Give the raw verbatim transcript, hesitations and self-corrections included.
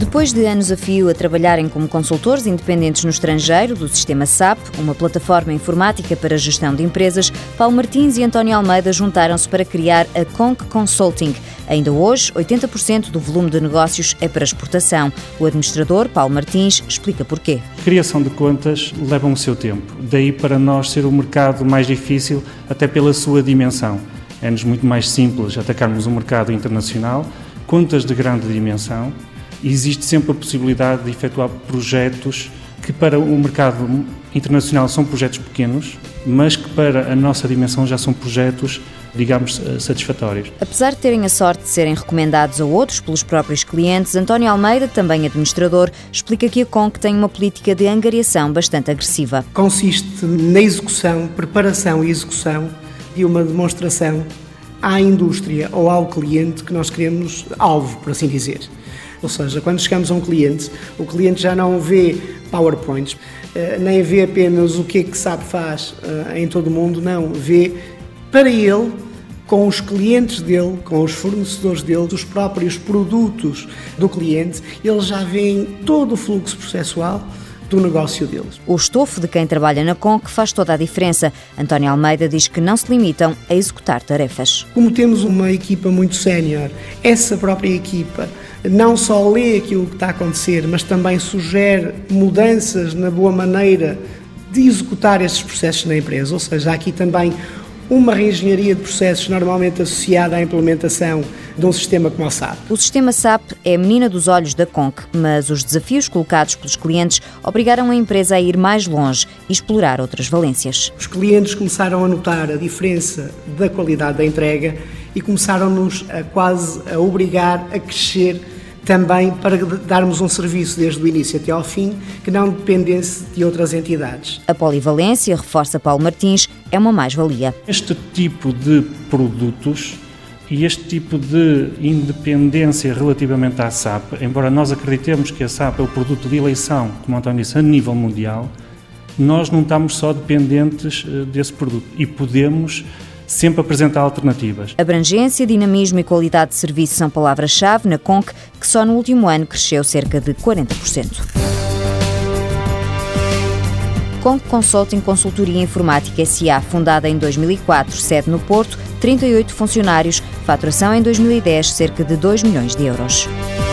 Depois de anos a fio a trabalharem como consultores independentes no estrangeiro do sistema S A P, uma plataforma informática para a gestão de empresas, Paulo Martins e António Almeida juntaram-se para criar a Conc Consulting. Ainda hoje, oitenta por cento do volume de negócios é para exportação. O administrador, Paulo Martins, explica porquê. A criação de contas leva o seu tempo. Daí para nós ser o mercado mais difícil, até pela sua dimensão. É-nos muito mais simples atacarmos o mercado internacional, contas de grande dimensão. Existe sempre a possibilidade de efetuar projetos que para o mercado internacional são projetos pequenos, mas que para a nossa dimensão já são projetos, digamos, satisfatórios. Apesar de terem a sorte de serem recomendados a outros pelos próprios clientes, António Almeida, também administrador, explica que a Conc tem uma política de angariação bastante agressiva. Consiste na execução, preparação e execução de uma demonstração à indústria ou ao cliente que nós queremos alvo, por assim dizer. Ou seja, quando chegamos a um cliente, o cliente já não vê PowerPoints, nem vê apenas o que é que S A P faz em todo o mundo, não, vê para ele, com os clientes dele, com os fornecedores dele, os próprios produtos do cliente, eles já veem todo o fluxo processual do negócio deles. O estofo de quem trabalha na Conc faz toda a diferença. António Almeida diz que não se limitam a executar tarefas. Como temos uma equipa muito sénior, essa própria equipa não só lê aquilo que está a acontecer, mas também sugere mudanças na boa maneira de executar esses processos na empresa. Ou seja, há aqui também uma reengenharia de processos normalmente associada à implementação de um sistema como o S A P. O sistema S A P é a menina dos olhos da Conc, mas os desafios colocados pelos clientes obrigaram a empresa a ir mais longe e explorar outras valências. Os clientes começaram a notar a diferença da qualidade da entrega e começaram-nos a quase a obrigar a crescer também para darmos um serviço desde o início até ao fim que não dependesse de outras entidades. A polivalência, reforça Paulo Martins, é uma mais-valia. Este tipo de produtos e este tipo de independência relativamente à S A P, embora nós acreditemos que a S A P é o produto de eleição, como António disse, a nível mundial, nós não estamos só dependentes desse produto e podemos sempre apresentar alternativas. Abrangência, dinamismo e qualidade de serviço são palavras-chave na Conc, que só no último ano cresceu cerca de quarenta por cento. Conc Consulting Consultoria Informática S A, fundada em dois mil e quatro, sede no Porto, trinta e oito funcionários, faturação em dois mil e dez, cerca de dois milhões de euros.